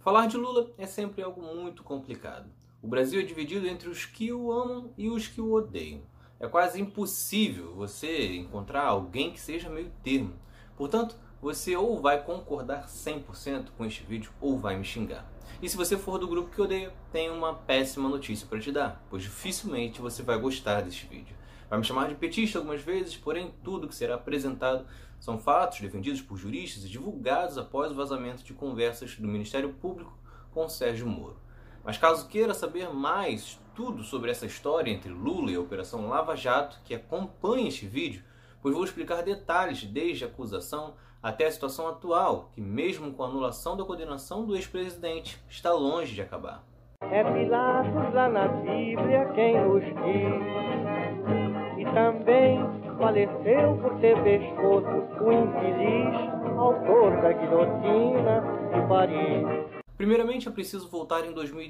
Falar de Lula é sempre algo muito complicado. O Brasil é dividido entre os que o amam e os que o odeiam. É quase impossível você encontrar alguém que seja meio termo. Portanto, você ou vai concordar 100% com este vídeo ou vai me xingar. E se você for do grupo que odeia, tenho uma péssima notícia para te dar, pois dificilmente você vai gostar deste vídeo. Vai me chamar de petista algumas vezes, porém tudo que será apresentado são fatos defendidos por juristas e divulgados após o vazamento de conversas do Ministério Público com Sérgio Moro. Mas caso queira saber mais tudo sobre essa história entre Lula e a Operação Lava Jato, que acompanhe este vídeo, pois vou explicar detalhes desde a acusação até a situação atual, que mesmo com a anulação da condenação do ex-presidente, está longe de acabar. É Pilatos lá na Bíblia quem nos diz, e também faleceu por ter pescoço o infeliz autor da guilhotina de Paris. Primeiramente é preciso voltar em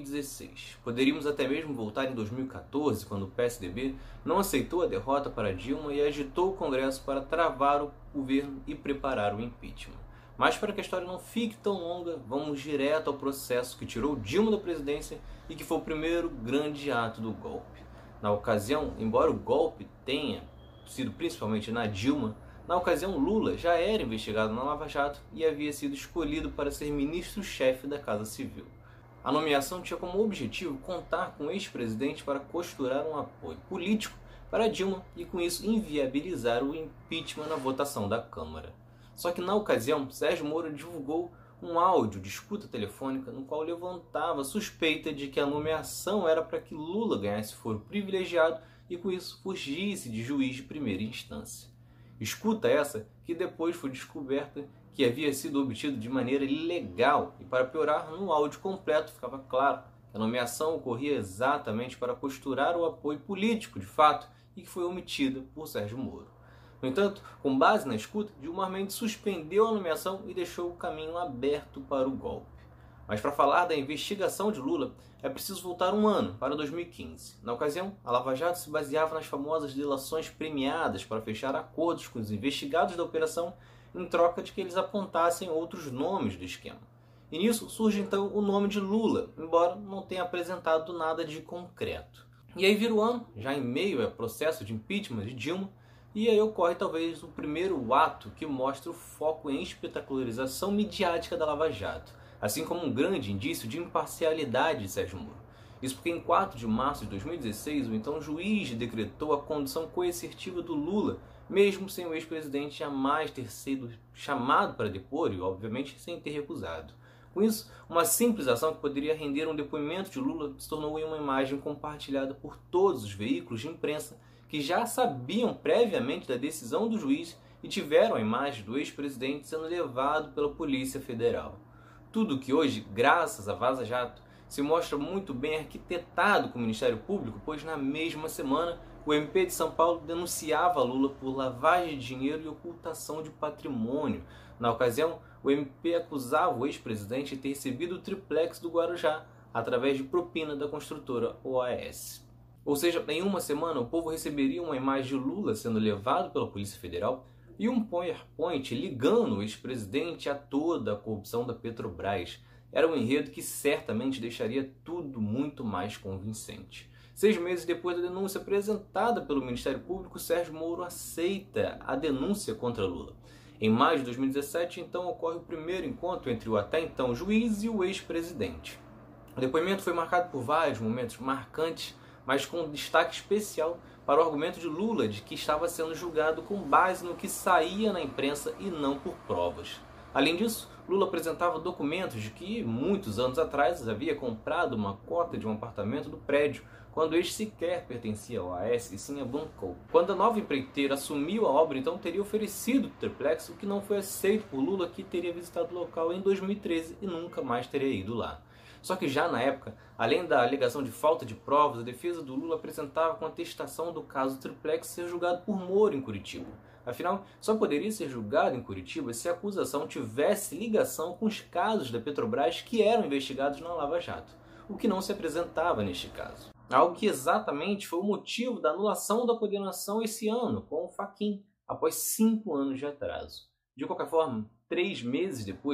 2016. Poderíamos até mesmo voltar em 2014, quando o PSDB não aceitou a derrota para Dilma e agitou o Congresso para travar o governo e preparar o impeachment. Mas para que a história não fique tão longa, vamos direto ao processo que tirou Dilma da presidência e que foi o primeiro grande ato do golpe. Na ocasião, embora o golpe tenha sido principalmente na Dilma, na ocasião Lula já era investigado na Lava Jato e havia sido escolhido para ser ministro-chefe da Casa Civil. A nomeação tinha como objetivo contar com o ex-presidente para costurar um apoio político para Dilma e com isso inviabilizar o impeachment na votação da Câmara. Só que na ocasião, Sérgio Moro divulgou um áudio de escuta telefônica no qual levantava a suspeita de que a nomeação era para que Lula ganhasse foro privilegiado e com isso fugisse de juiz de primeira instância. Escuta essa que depois foi descoberta que havia sido obtido de maneira ilegal e, para piorar, no áudio completo ficava claro que a nomeação ocorria exatamente para costurar o apoio político de fato e que foi omitida por Sérgio Moro. No entanto, com base na escuta, Gilmar Mendes suspendeu a nomeação e deixou o caminho aberto para o golpe. Mas para falar da investigação de Lula, é preciso voltar um ano, para 2015. Na ocasião, a Lava Jato se baseava nas famosas delações premiadas para fechar acordos com os investigados da operação em troca de que eles apontassem outros nomes do esquema. E nisso surge então o nome de Lula, embora não tenha apresentado nada de concreto. E aí vira o ano, já em meio ao processo de impeachment de Dilma, e aí ocorre talvez o primeiro ato que mostra o foco em espetacularização midiática da Lava Jato, assim como um grande indício de imparcialidade de Sérgio Moro. Isso porque em 4 de março de 2016, o então juiz decretou a condução coercitiva do Lula, mesmo sem o ex-presidente jamais ter sido chamado para depor e, obviamente, sem ter recusado. Com isso, uma simples ação que poderia render um depoimento de Lula se tornou em uma imagem compartilhada por todos os veículos de imprensa que já sabiam previamente da decisão do juiz e tiveram a imagem do ex-presidente sendo levado pela Polícia Federal. Tudo que hoje, graças a Vaza Jato, se mostra muito bem arquitetado com o Ministério Público, pois na mesma semana o MP de São Paulo denunciava Lula por lavagem de dinheiro e ocultação de patrimônio. Na ocasião, o MP acusava o ex-presidente de ter recebido o triplex do Guarujá através de propina da construtora OAS. Ou seja, em uma semana o povo receberia uma imagem de Lula sendo levado pela Polícia Federal e um PowerPoint ligando o ex-presidente a toda a corrupção da Petrobras. Era um enredo que certamente deixaria tudo muito mais convincente. 6 meses depois da denúncia apresentada pelo Ministério Público, Sérgio Moro aceita a denúncia contra Lula. Em maio de 2017, então, ocorre o primeiro encontro entre o até então juiz e o ex-presidente. O depoimento foi marcado por vários momentos marcantes, mas com destaque especial para o argumento de Lula de que estava sendo julgado com base no que saía na imprensa e não por provas. Além disso, Lula apresentava documentos de que, muitos anos atrás, havia comprado uma cota de um apartamento do prédio, quando este sequer pertencia ao AS e sim a Banco. Quando a nova empreiteira assumiu a obra, então teria oferecido o triplex, o que não foi aceito por Lula, que teria visitado o local em 2013 e nunca mais teria ido lá. Só que já na época, além da alegação de falta de provas, a defesa do Lula apresentava contestação do caso triplex ser julgado por Moro em Curitiba. Afinal, só poderia ser julgado em Curitiba se a acusação tivesse ligação com os casos da Petrobras que eram investigados na Lava Jato, o que não se apresentava neste caso. Algo que exatamente foi o motivo da anulação da condenação esse ano, com o Fachin, após 5 anos de atraso. De qualquer forma, 3 meses depois,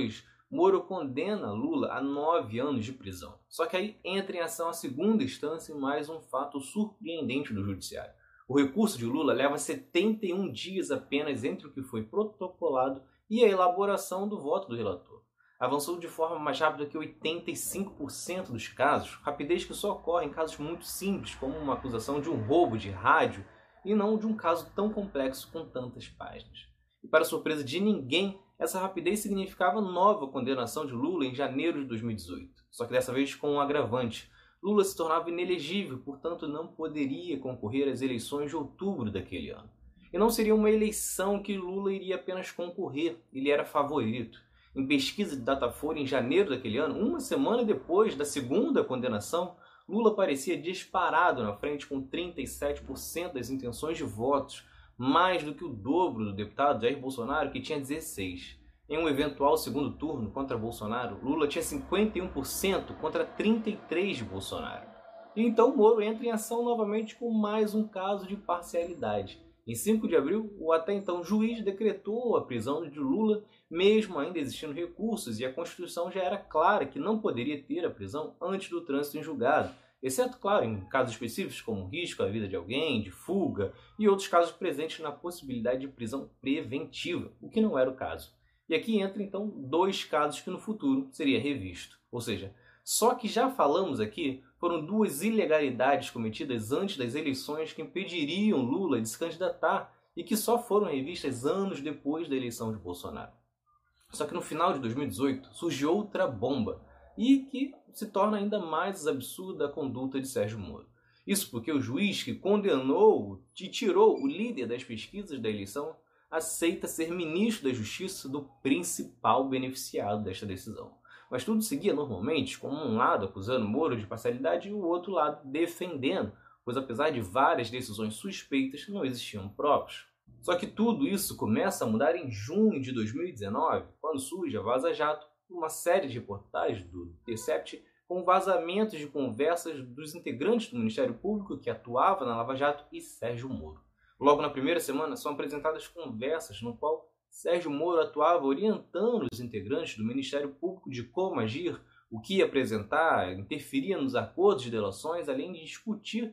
Moro condena Lula a 9 anos de prisão. Só que aí entra em ação a segunda instância e mais um fato surpreendente do judiciário. O recurso de Lula leva 71 dias apenas entre o que foi protocolado e a elaboração do voto do relator. Avançou de forma mais rápida que 85% dos casos, rapidez que só ocorre em casos muito simples, como uma acusação de um roubo de rádio, e não de um caso tão complexo com tantas páginas. E para surpresa de ninguém, essa rapidez significava nova condenação de Lula em janeiro de 2018, só que dessa vez com um agravante. Lula se tornava inelegível, portanto não poderia concorrer às eleições de outubro daquele ano. E não seria uma eleição que Lula iria apenas concorrer, ele era favorito. Em pesquisa de Datafolha, em janeiro daquele ano, uma semana depois da segunda condenação, Lula parecia disparado na frente com 37% das intenções de votos, mais do que o dobro do deputado Jair Bolsonaro, que tinha 16%. Em um eventual segundo turno contra Bolsonaro, Lula tinha 51% contra 33% de Bolsonaro. E então Moro entra em ação novamente com mais um caso de parcialidade. Em 5 de abril, o até então juiz decretou a prisão de Lula, mesmo ainda existindo recursos, e a Constituição já era clara que não poderia ter a prisão antes do trânsito em julgado, exceto, claro, em casos específicos como risco à vida de alguém, de fuga, e outros casos presentes na possibilidade de prisão preventiva, o que não era o caso. E aqui entra, então, 2 casos que no futuro seria revisto. Ou seja, só que já falamos aqui, foram 2 ilegalidades cometidas antes das eleições que impediriam Lula de se candidatar e que só foram revistas anos depois da eleição de Bolsonaro. Só que no final de 2018 surgiu outra bomba e que se torna ainda mais absurda a conduta de Sérgio Moro. Isso porque o juiz que condenou e tirou o líder das pesquisas da eleição aceita ser ministro da Justiça do principal beneficiado desta decisão. Mas tudo seguia normalmente, com um lado acusando Moro de parcialidade e o outro lado defendendo, pois apesar de várias decisões suspeitas, não existiam provas. Só que tudo isso começa a mudar em junho de 2019, quando surge a Vaza Jato, uma série de reportagens do Intercept com vazamentos de conversas dos integrantes do Ministério Público que atuava na Lava Jato e Sérgio Moro. Logo na primeira semana são apresentadas conversas no qual Sérgio Moro atuava orientando os integrantes do Ministério Público de como agir, o que apresentar, interferia nos acordos de delações, além de discutir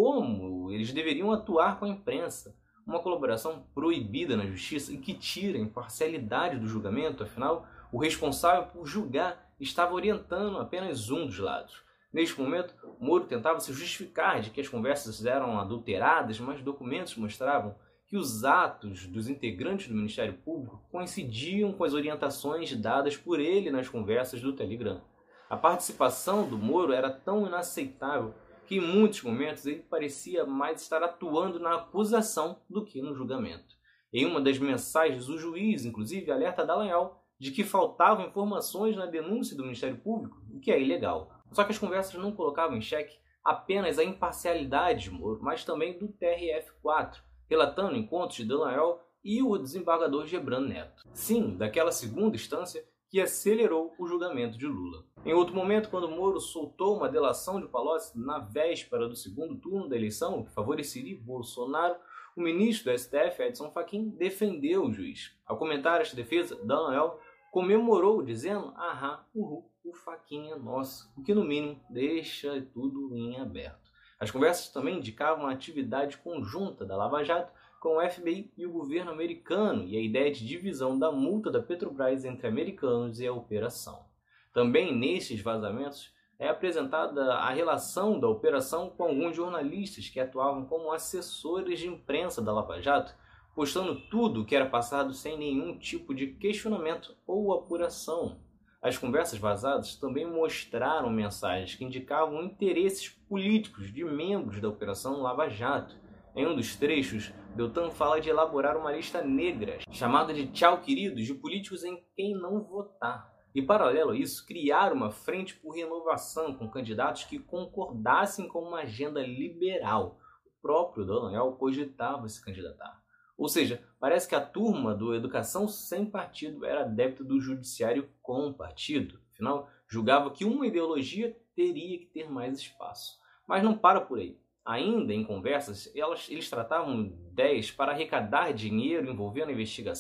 como eles deveriam atuar com a imprensa. Uma colaboração proibida na justiça e que tira a imparcialidade do julgamento, afinal, o responsável por julgar estava orientando apenas um dos lados. Neste momento, Moro tentava se justificar de que as conversas eram adulteradas, mas documentos mostravam que os atos dos integrantes do Ministério Público coincidiam com as orientações dadas por ele nas conversas do Telegram. A participação do Moro era tão inaceitável que em muitos momentos ele parecia mais estar atuando na acusação do que no julgamento. Em uma das mensagens, o juiz, inclusive, alerta Dallagnol de que faltavam informações na denúncia do Ministério Público, o que é ilegal. Só que as conversas não colocavam em xeque apenas a imparcialidade de Moro, mas também do TRF4, relatando encontros de Dallagnol e o desembargador Gebran Neto. Sim, daquela segunda instância que acelerou o julgamento de Lula. Em outro momento, quando Moro soltou uma delação de Palocci na véspera do segundo turno da eleição, que favoreceria Bolsonaro, o ministro do STF, Edson Fachin, defendeu o juiz. Ao comentar esta defesa, Dallagnol comemorou, dizendo: "Ahá, o Fachin é nosso", o que no mínimo deixa tudo em aberto. As conversas também indicavam a atividade conjunta da Lava Jato com o FBI e o governo americano e a ideia de divisão da multa da Petrobras entre americanos e a operação. Também nesses vazamentos é apresentada a relação da operação com alguns jornalistas que atuavam como assessores de imprensa da Lava Jato, postando tudo o que era passado sem nenhum tipo de questionamento ou apuração. As conversas vazadas também mostraram mensagens que indicavam interesses políticos de membros da Operação Lava Jato. Em um dos trechos, Deltan fala de elaborar uma lista negra, chamada de Tchau Queridos, de políticos em quem não votar. E, paralelo a isso, criar uma frente por renovação com candidatos que concordassem com uma agenda liberal. O próprio Dallagnol cogitava se candidatar. Ou seja, parece que a turma do Educação Sem Partido era adepta do judiciário com partido. Afinal, julgava que uma ideologia teria que ter mais espaço. Mas não para por aí. Ainda em conversas, eles tratavam ideias para arrecadar dinheiro envolvendo a investigação.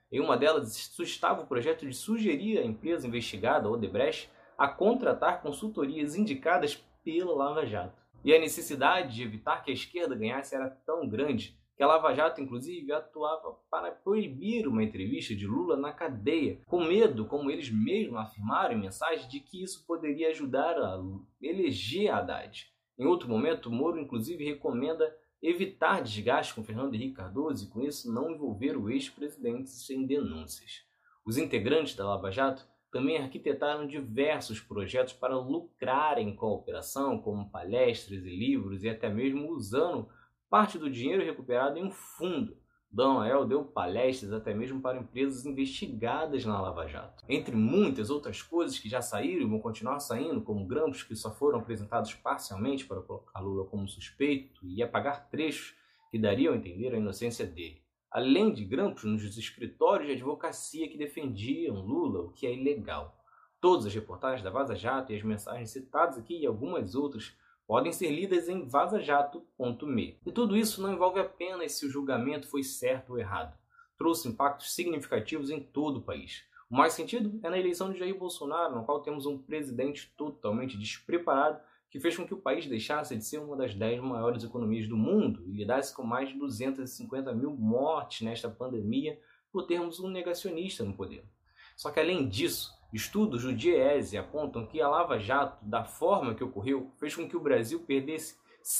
Em uma delas, sustava o projeto de sugerir à empresa investigada, Odebrecht, a contratar consultorias indicadas pela Lava Jato. E a necessidade de evitar que a esquerda ganhasse era tão grande que a Lava Jato, inclusive, atuava para proibir uma entrevista de Lula na cadeia, com medo, como eles mesmos afirmaram em mensagem, de que isso poderia ajudar a eleger Haddad. Em outro momento, Moro, inclusive, recomenda evitar desgaste com Fernando Henrique Cardoso e, com isso, não envolver o ex-presidente em denúncias. Os integrantes da Lava Jato também arquitetaram diversos projetos para lucrarem com a operação, como palestras e livros, e até mesmo usando parte do dinheiro recuperado em um fundo. Dom Ael deu palestras até mesmo para empresas investigadas na Lava Jato. Entre muitas outras coisas que já saíram e vão continuar saindo, como grampos que só foram apresentados parcialmente para colocar Lula como suspeito e apagar trechos que dariam a entender a inocência dele. Além de grampos nos escritórios de advocacia que defendiam Lula, o que é ilegal. Todas as reportagens da Vaza Jato e as mensagens citadas aqui e algumas outras podem ser lidas em vazajato.me. E tudo isso não envolve apenas se o julgamento foi certo ou errado. Trouxe impactos significativos em todo o país. O mais sentido é na eleição de Jair Bolsonaro, no qual temos um presidente totalmente despreparado que fez com que o país deixasse de ser uma das 10 maiores economias do mundo e lidasse com mais de 250 mil mortes nesta pandemia por termos um negacionista no poder. Só que além disso, estudos do Diese apontam que a Lava Jato, da forma que ocorreu, fez com que o Brasil perdesse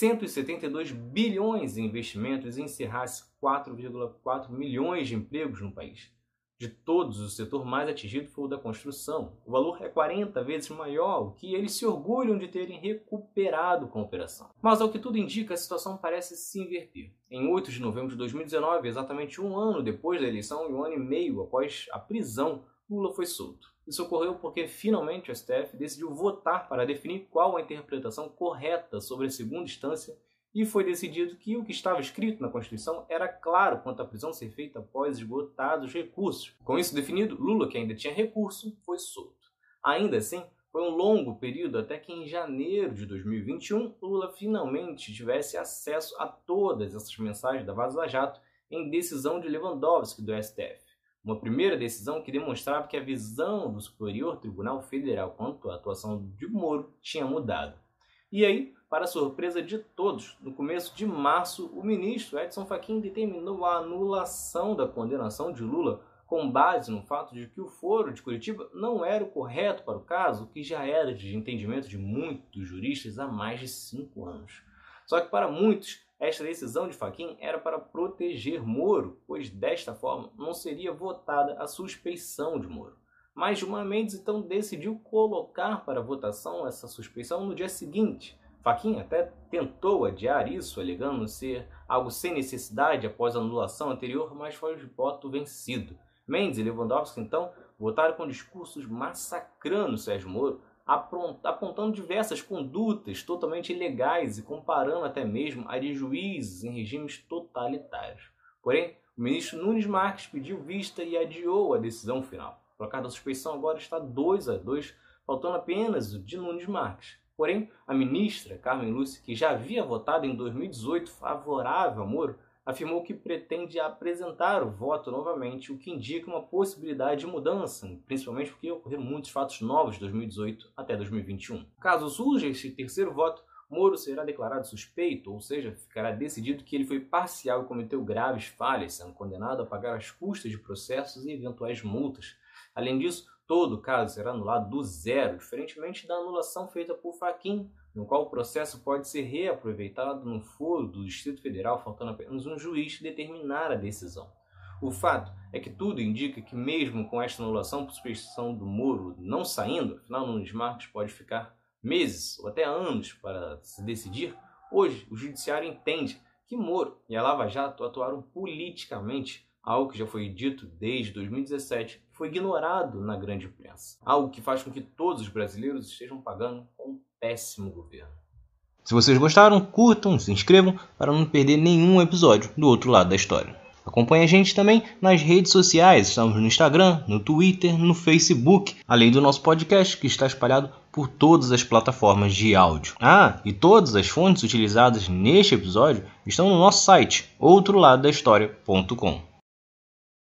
172 bilhões em investimentos e encerrasse 4,4 milhões de empregos no país. De todos, o setor mais atingido foi o da construção. O valor é 40 vezes maior, o que eles se orgulham de terem recuperado com a operação. Mas, ao que tudo indica, a situação parece se inverter. Em 8 de novembro de 2019, exatamente um ano depois da eleição e um ano e meio após a prisão, Lula foi solto. Isso ocorreu porque, finalmente, o STF decidiu votar para definir qual a interpretação correta sobre a segunda instância e foi decidido que o que estava escrito na Constituição era claro quanto à prisão ser feita após esgotados os recursos. Com isso definido, Lula, que ainda tinha recurso, foi solto. Ainda assim, foi um longo período até que em janeiro de 2021, Lula finalmente tivesse acesso a todas essas mensagens da Vaza Jato em decisão de Lewandowski do STF. Uma primeira decisão que demonstrava que a visão do Superior Tribunal Federal quanto à atuação de Moro tinha mudado. E aí, para surpresa de todos, no começo de março, o ministro Edson Fachin determinou a anulação da condenação de Lula com base no fato de que o foro de Curitiba não era o correto para o caso, o que já era de entendimento de muitos juristas há mais de 5 anos. Só que para muitos, esta decisão de Fachin era para proteger Moro, pois desta forma não seria votada a suspeição de Moro. Mas Gilmar Mendes então decidiu colocar para votação essa suspeição no dia seguinte. Fachin até tentou adiar isso, alegando ser algo sem necessidade após a anulação anterior, mas foi o voto vencido. Mendes e Lewandowski então votaram com discursos massacrando Sérgio Moro, apontando diversas condutas totalmente ilegais e comparando até mesmo a de juízes em regimes totalitários. Porém, o ministro Nunes Marques pediu vista e adiou a decisão final. O placar da suspeição agora está 2-2, faltando apenas o de Nunes Marques. Porém, a ministra Carmen Lúcia, que já havia votado em 2018 favorável a Moro, afirmou que pretende apresentar o voto novamente, o que indica uma possibilidade de mudança, principalmente porque ocorreram muitos fatos novos de 2018 até 2021. Caso surja este terceiro voto, Moro será declarado suspeito, ou seja, ficará decidido que ele foi parcial e cometeu graves falhas, sendo condenado a pagar as custas de processos e eventuais multas. Além disso, todo o caso será anulado do zero, diferentemente da anulação feita por Fachin, no qual o processo pode ser reaproveitado no foro do Distrito Federal, faltando apenas um juiz determinar a decisão. O fato é que tudo indica que mesmo com esta anulação por suspeição do Moro não saindo, afinal Nunes Marques pode ficar meses ou até anos para se decidir, hoje o Judiciário entende que Moro e a Lava Jato atuaram politicamente, algo que já foi dito desde 2017 e foi ignorado na grande imprensa. Algo que faz com que todos os brasileiros estejam pagando com um péssimo governo. Se vocês gostaram, curtam, se inscrevam para não perder nenhum episódio do outro lado da história. Acompanhe a gente também nas redes sociais, estamos no Instagram, no Twitter, no Facebook, além do nosso podcast que está espalhado por todas as plataformas de áudio. E todas as fontes utilizadas neste episódio estão no nosso site, outroladodahistoria.com.